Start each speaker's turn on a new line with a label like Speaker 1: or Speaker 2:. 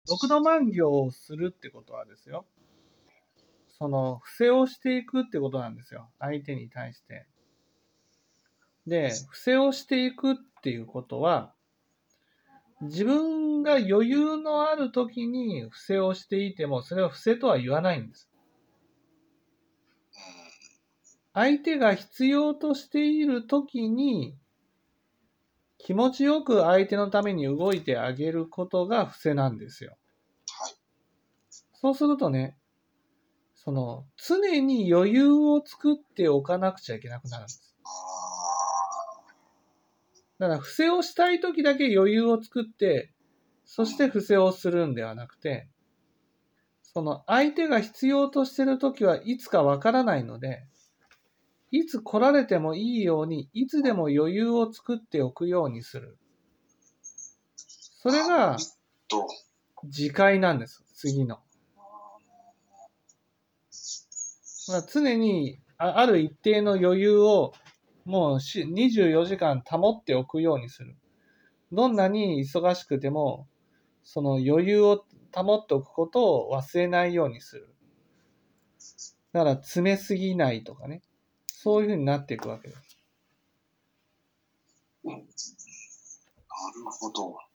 Speaker 1: 6度満行をするってことはですよ、その不正をしていくってことなんですよ、相手に対して。で、不正をしていくっていうことは、自分が余裕のある時に不正をしていても、それは不正とは言わないんです。相手が必要としている時に、気持ちよく相手のために動いてあげることが不正なんですよ。そうするとね、その常に余裕を作っておかなくちゃいけなくなるんです。だから不正をしたい時だけ余裕を作って、そして不正をするんではなくて、その相手が必要としている時はいつかわからないので、いつ来られてもいいように、いつでも余裕を作っておくようにする。それが自戒なんです、次の。常にある一定の余裕をもう24時間保っておくようにする。どんなに忙しくても、その余裕を保っておくことを忘れないようにする。だから詰めすぎないとかね。そういうふうになっていくわけです。
Speaker 2: なるほど。